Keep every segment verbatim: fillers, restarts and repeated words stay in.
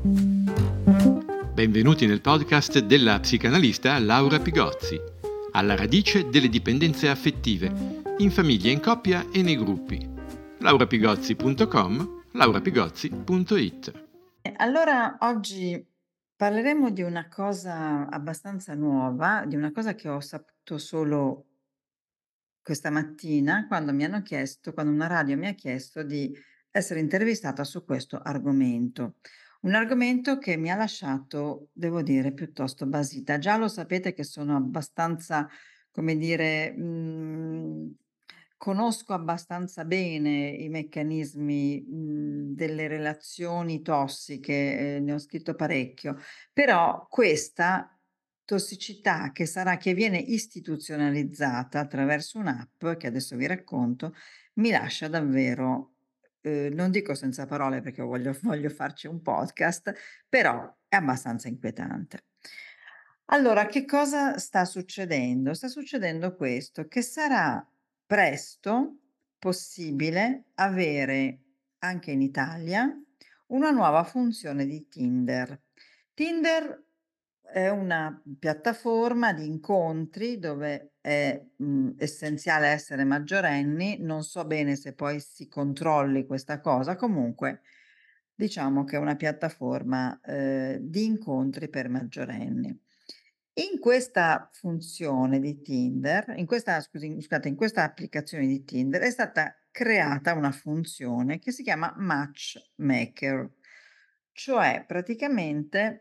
Benvenuti nel podcast della psicanalista Laura Pigozzi, alla radice delle dipendenze affettive, in famiglia, in coppia e nei gruppi. laura pigozzi punto com, laura pigozzi punto it. Allora, oggi parleremo di una cosa abbastanza nuova, di una cosa che ho saputo solo questa mattina, quando mi hanno chiesto quando una radio mi ha chiesto di essere intervistata su questo argomento. Un argomento che mi ha lasciato, devo dire, piuttosto basita. Già lo sapete che sono abbastanza, come dire, mhmm, conosco abbastanza bene i meccanismi, mhmm, delle relazioni tossiche, ehm, ne ho scritto parecchio, però questa tossicità che sarà che viene istituzionalizzata attraverso un'app, che adesso vi racconto, mi lascia davvero, uhm, non dico senza parole perché voglio voglio farci un podcast, però è abbastanza inquietante. Allora, che cosa sta succedendo? Sta succedendo questo, che sarà presto possibile avere, anche in Italia, una nuova funzione di Tinder. Tinder è una piattaforma di incontri dove è, mhmm, essenziale essere maggiorenni, non so bene se poi si controlli questa cosa, comunque diciamo che è una piattaforma, ehm, di incontri per maggiorenni. In questa funzione di Tinder, in questa scusi scusate, in questa applicazione di Tinder è stata creata una funzione che si chiama Matchmaker, cioè praticamente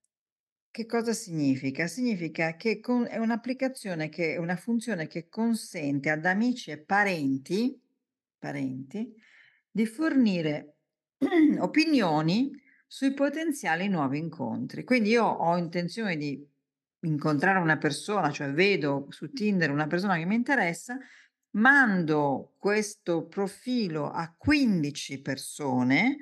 che cosa significa? Significa che con è un'applicazione che è una funzione che consente ad amici e parenti parenti di fornire opinioni sui potenziali nuovi incontri. Quindi io ho intenzione di incontrare una persona, cioè vedo su Tinder una persona che mi interessa, mando questo profilo a quindici persone,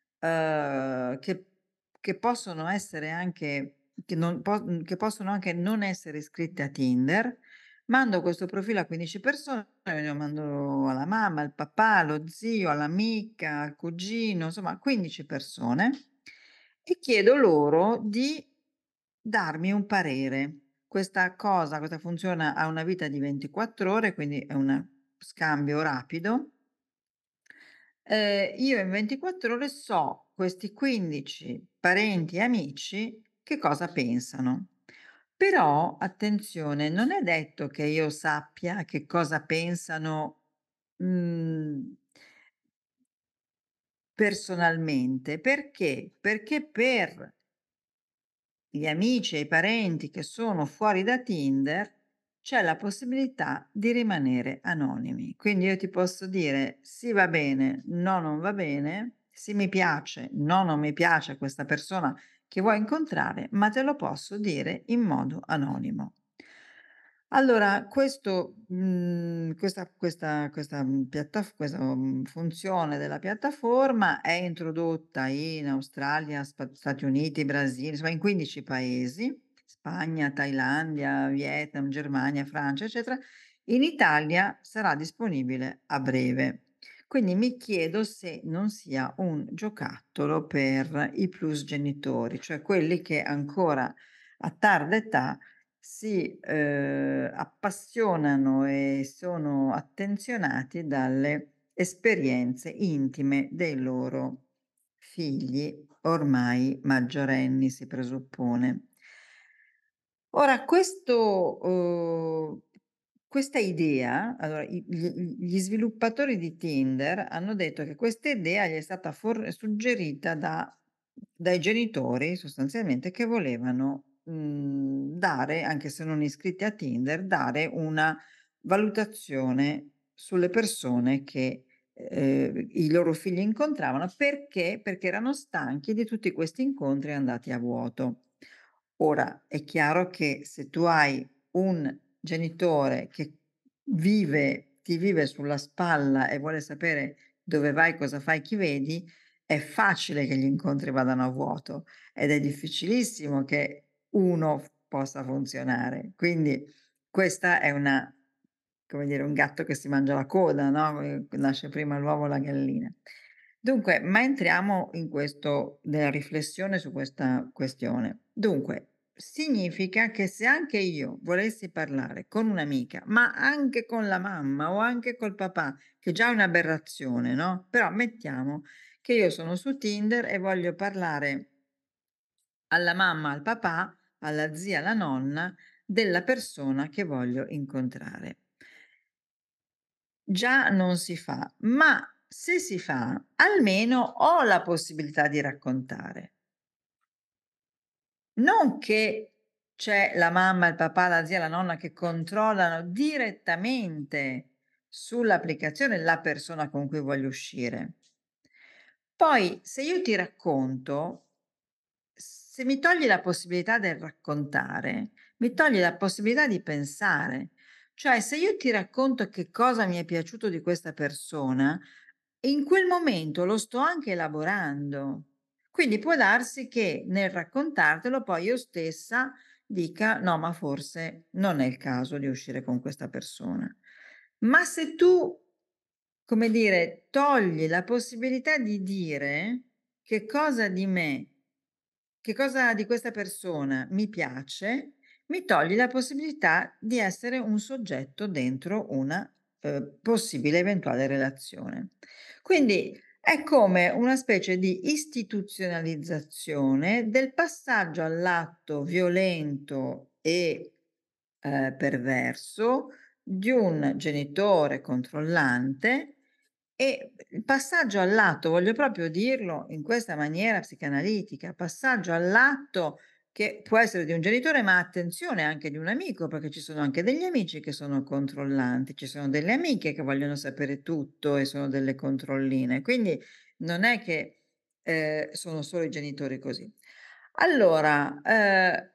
uhm, che che possono essere anche che non po mhmm, che possono anche non essere iscritte a Tinder. Mando questo profilo a quindici persone, lo mando alla mamma, al papà, allo zio, all'amica, al cugino, insomma quindici persone, e chiedo loro di darmi un parere. Questa cosa questa funzione ha una vita di ventiquattro ore, quindi è un scambio rapido. Ehm, io in ventiquattro ore so, questi quindici parenti e amici, che cosa pensano. Però, attenzione, non è detto che io sappia che cosa pensano, mhmm personalmente. Perché? Perché per gli amici e i parenti che sono fuori da Tinder, c'è la possibilità di rimanere anonimi. Quindi io ti posso dire: sì va bene, no non va bene, sì mi piace, no non mi piace questa persona che vuoi incontrare, ma te lo posso dire in modo anonimo. Allora questo mhmm, questa questa questa, mhmm, piattaf questa, mhmm, funzione della piattaforma è introdotta in Australia, Spa Stati Uniti, Brasile, insomma in quindici paesi, Spagna, Thailandia, Vietnam, Germania, Francia, eccetera. In Italia sarà disponibile a breve. Quindi mi chiedo se non sia un giocattolo per i plus genitori, cioè quelli che ancora a tarda età si, ehm, appassionano e sono attenzionati dalle esperienze intime dei loro figli, ormai maggiorenni si presuppone. Ora questo uhm, questa idea allora i gli gli sviluppatori di Tinder hanno detto che questa idea gli è stata for suggerita da dai genitori sostanzialmente che volevano, mhmm, dare, anche se non iscritti a Tinder, dare una valutazione sulle persone che, ehm, i loro figli incontravano. Perché? Perché erano stanchi di tutti questi incontri andati a vuoto. Ora, è chiaro che se tu hai un genitore che vive ti vive sulla spalla e vuole sapere dove vai, cosa fai, chi vedi, è facile che gli incontri vadano a vuoto ed è difficilissimo che uno f possa funzionare. Quindi questa è una come dire, un gatto che si mangia la coda, no, ehm, nasce prima l'uovo o la gallina. Dunque, ma entriamo in questo nella riflessione su questa questione. Dunque, significa che se anche io volessi parlare con un'amica, ma anche con la mamma o anche col papà, che già è un'aberrazione, no, però mettiamo che io sono su Tinder e voglio parlare alla mamma, al papà, alla zia, alla nonna della persona che voglio incontrare. Già non si fa, ma se si fa, almeno ho la possibilità di raccontare. Non che c'è la mamma, il papà, la zia, la nonna che controllano direttamente sull'applicazione la persona con cui voglio uscire. Poi se io ti racconto, se mi togli la possibilità del raccontare, mi togli la possibilità di pensare. Cioè, se io ti racconto che cosa mi è piaciuto di questa persona, in quel momento lo sto anche elaborando. Quindi può darsi che nel raccontartelo poi io stessa dica: "No, ma forse non è il caso di uscire con questa persona". Ma se tu, come dire, togli la possibilità di dire che cosa di me che cosa di questa persona mi piace, mi togli la possibilità di essere un soggetto dentro una, uhm, possibile eventuale relazione. Quindi è come una specie di istituzionalizzazione del passaggio all'atto violento e, ehm, perverso di un genitore controllante e il passaggio all'atto, voglio proprio dirlo in questa maniera psicanalitica, passaggio all'atto che può essere di un genitore, ma attenzione anche di un amico, perché ci sono anche degli amici che sono controllanti, ci sono delle amiche che vogliono sapere tutto e sono delle controlline. Quindi non è che, ehm, sono solo i genitori così. Allora, ehm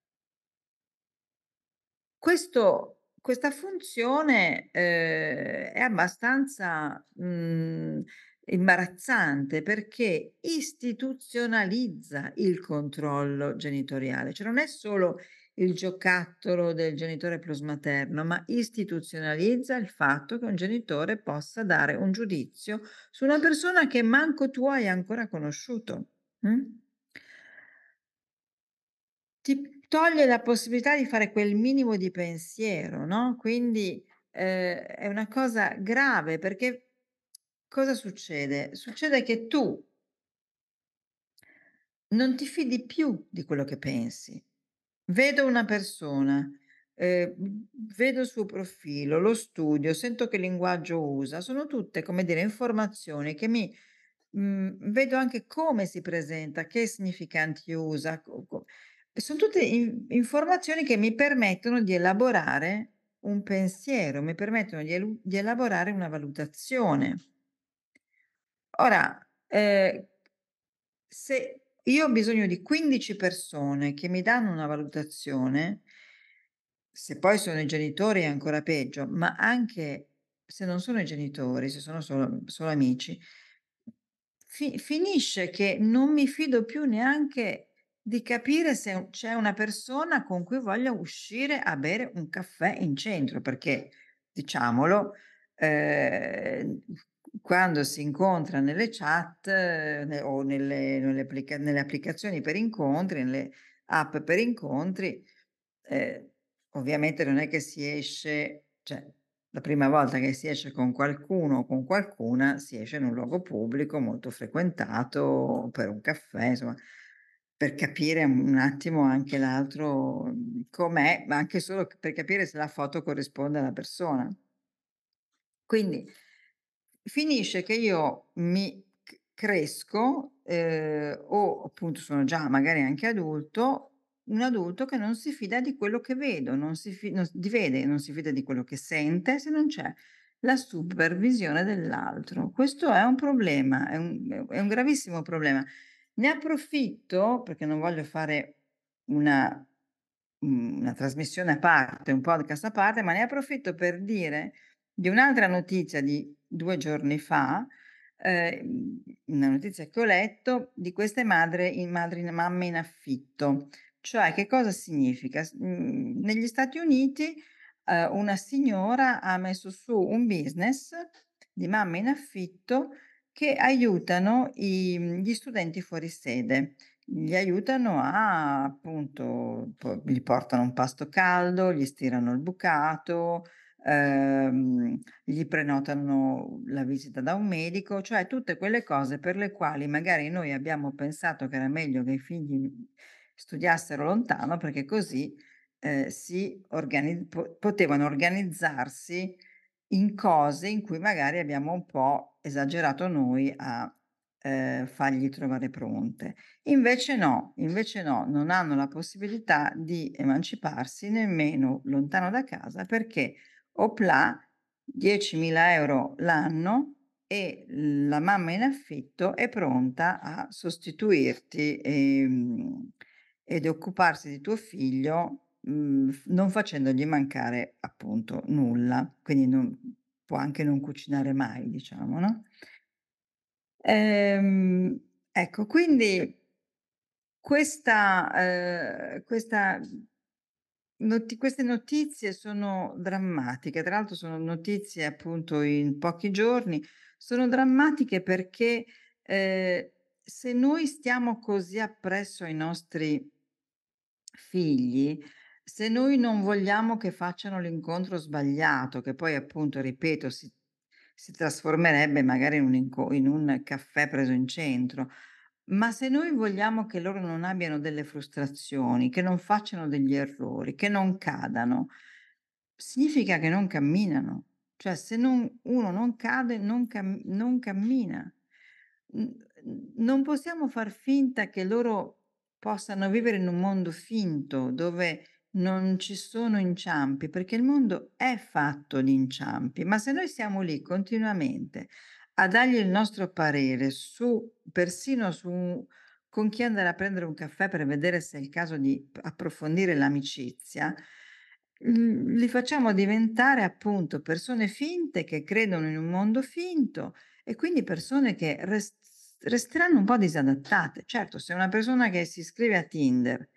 questo questa funzione, ehm, è abbastanza, mhmm, imbarazzante perché istituzionalizza il controllo genitoriale, cioè non è solo il giocattolo del genitore plusmaterno, ma istituzionalizza il fatto che un genitore possa dare un giudizio su una persona che manco tu hai ancora conosciuto, mh? Ti toglie la possibilità di fare quel minimo di pensiero, no, quindi, ehm, è una cosa grave perché cosa succede? Succede che tu non ti fidi più di quello che pensi. Vedo una persona, ehm, mhmm, vedo il suo profilo, lo studio, sento che linguaggio usa, sono tutte, come dire, informazioni che mi mhmm, vedo anche come si presenta, che significanti usa, co co e son tutte in informazioni che mi permettono di elaborare un pensiero, mi permettono di elu di elaborare una valutazione. Ora, ehm, se io ho bisogno di quindici persone che mi danno una valutazione, se poi sono i genitori è ancora peggio, ma anche se non sono i genitori, se sono solo solo amici, fi finisce che non mi fido più neanche di capire se u c'è una persona con cui voglio uscire a bere un caffè in centro, perché diciamolo, ehm, quando si incontra nelle chat, eh, ne o nelle nelle applica nelle applicazioni per incontri, nelle app per incontri, ehm, ovviamente non è che si esce, cioè la prima volta che si esce con qualcuno o con qualcuna, si esce in un luogo pubblico molto frequentato per un caffè, insomma, per capire un attimo anche l'altro, mhmm, com'è, ma anche solo c per capire se la foto corrisponde alla persona. Quindi finisce che io mi c cresco, ehm, o appunto sono già magari anche adulto, un adulto che non si fida di quello che vedo, non si fi non s di vede, non si fida di quello che sente se non c'è la supervisione dell'altro. Questo è un problema, è un è un gravissimo problema. Ne approfitto, perché non voglio fare una mhmm, una trasmissione a parte, un podcast a parte, ma ne approfitto per dire di un'altra notizia di due giorni fa, ehm, una notizia che ho letto di queste madre in madri in mamme in affitto. Cioè che cosa significa? S mhmm, negli Stati Uniti, ehm, una signora ha messo su un business di mamme in affitto che aiutano i gli studenti fuori sede. Li aiutano a appunto po gli portano un pasto caldo, gli stirano il bucato, ehm, gli prenotano la visita da un medico, cioè tutte quelle cose per le quali magari noi abbiamo pensato che era meglio che i figli studiassero lontano, perché così, ehm, si organi po potevano organizzarsi in cose in cui magari abbiamo un po' esagerato noi a, ehm, fargli trovare pronte. Invece no, invece no, non hanno la possibilità di emanciparsi nemmeno lontano da casa perché opla, diecimila euro l'anno e la mamma in affitto è pronta a sostituirti, ehm, ed occuparsi di tuo figlio, mhmm, f non facendogli mancare appunto nulla. Quindi non può anche non cucinare mai, diciamo, no? Ehm, ecco, quindi questa ehm, questa noti queste notizie sono drammatiche. Tra l'altro sono notizie appunto in pochi giorni. Sono drammatiche perché, ehm, se noi stiamo così appresso ai nostri figli, se noi non vogliamo che facciano l'incontro sbagliato, che poi appunto, ripeto, si si trasformerebbe magari in un inco in un caffè preso in centro, ma se noi vogliamo che loro non abbiano delle frustrazioni, che non facciano degli errori, che non cadano, significa che non camminano. Cioè se non uno non cade non cam non cammina. N n non possiamo far finta che loro possano vivere in un mondo finto, dove non ci sono inciampi, perché il mondo è fatto di inciampi, ma se noi siamo lì continuamente a dargli il nostro parere su persino su con chi andare a prendere un caffè per vedere se è il caso di p approfondire l'amicizia, l li facciamo diventare appunto persone finte che credono in un mondo finto e quindi persone che res resteranno un po' disadattate. Certo, se una persona che si iscrive a Tinder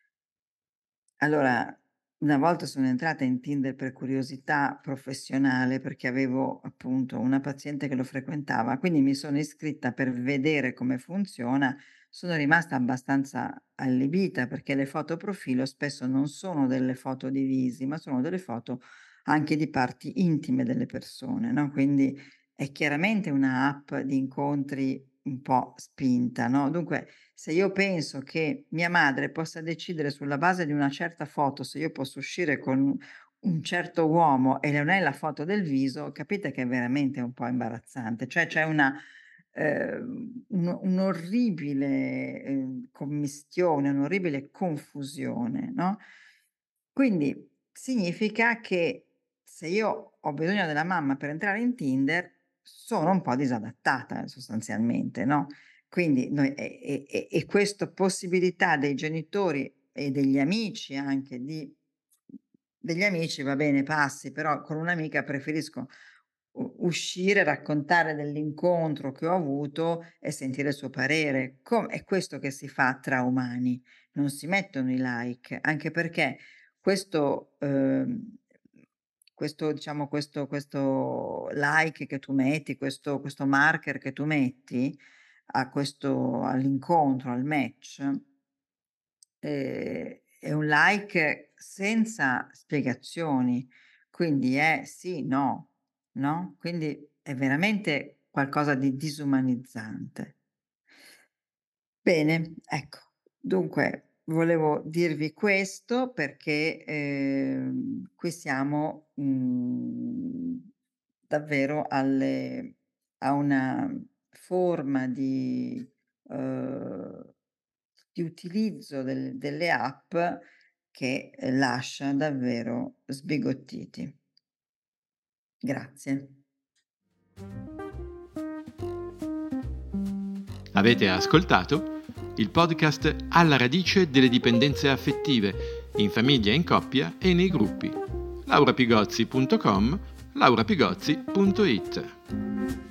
allora, una volta sono entrata in Tinder per curiosità professionale, perché avevo appunto una paziente che lo frequentava, quindi mi sono iscritta per vedere come funziona. Sono rimasta abbastanza allibita perché le foto profilo spesso non sono delle foto di visi, ma sono delle foto anche di parti intime delle persone, no? Quindi è chiaramente una app di incontri un po' spinta, no? Dunque, se io penso che mia madre possa decidere sulla base di una certa foto se io posso uscire con un certo uomo e non è la foto del viso, capite che è veramente un po' imbarazzante. Cioè c'è una ehm, un un'orribile, ehm, commistione, un'orribile confusione, no, quindi significa che se io ho bisogno della mamma per entrare in Tinder, sono un po' disadattata sostanzialmente, no, quindi noi e e e e questo possibilità dei genitori e degli amici anche di degli amici va bene passi, però con un'amica preferisco u uscire, raccontare dell'incontro che ho avuto e sentire il suo parere. Com è questo che si fa tra umani, non si mettono i like, anche perché questo, uhm, questo diciamo questo questo like che tu metti, questo questo marker che tu metti a questo all'incontro, al match, ehm, è un like senza spiegazioni, quindi è sì, no, no, quindi è veramente qualcosa di disumanizzante. Bene, ecco, dunque volevo dirvi questo perché, ehm, qui siamo, mhmm, davvero alle a una forma di uhm, di utilizzo del delle app che, ehm, lascia davvero sbigottiti. Grazie. Avete ascoltato il podcast Alla radice delle dipendenze affettive, in famiglia, in coppia e nei gruppi. laura pigozzi punto com, laura pigozzi punto it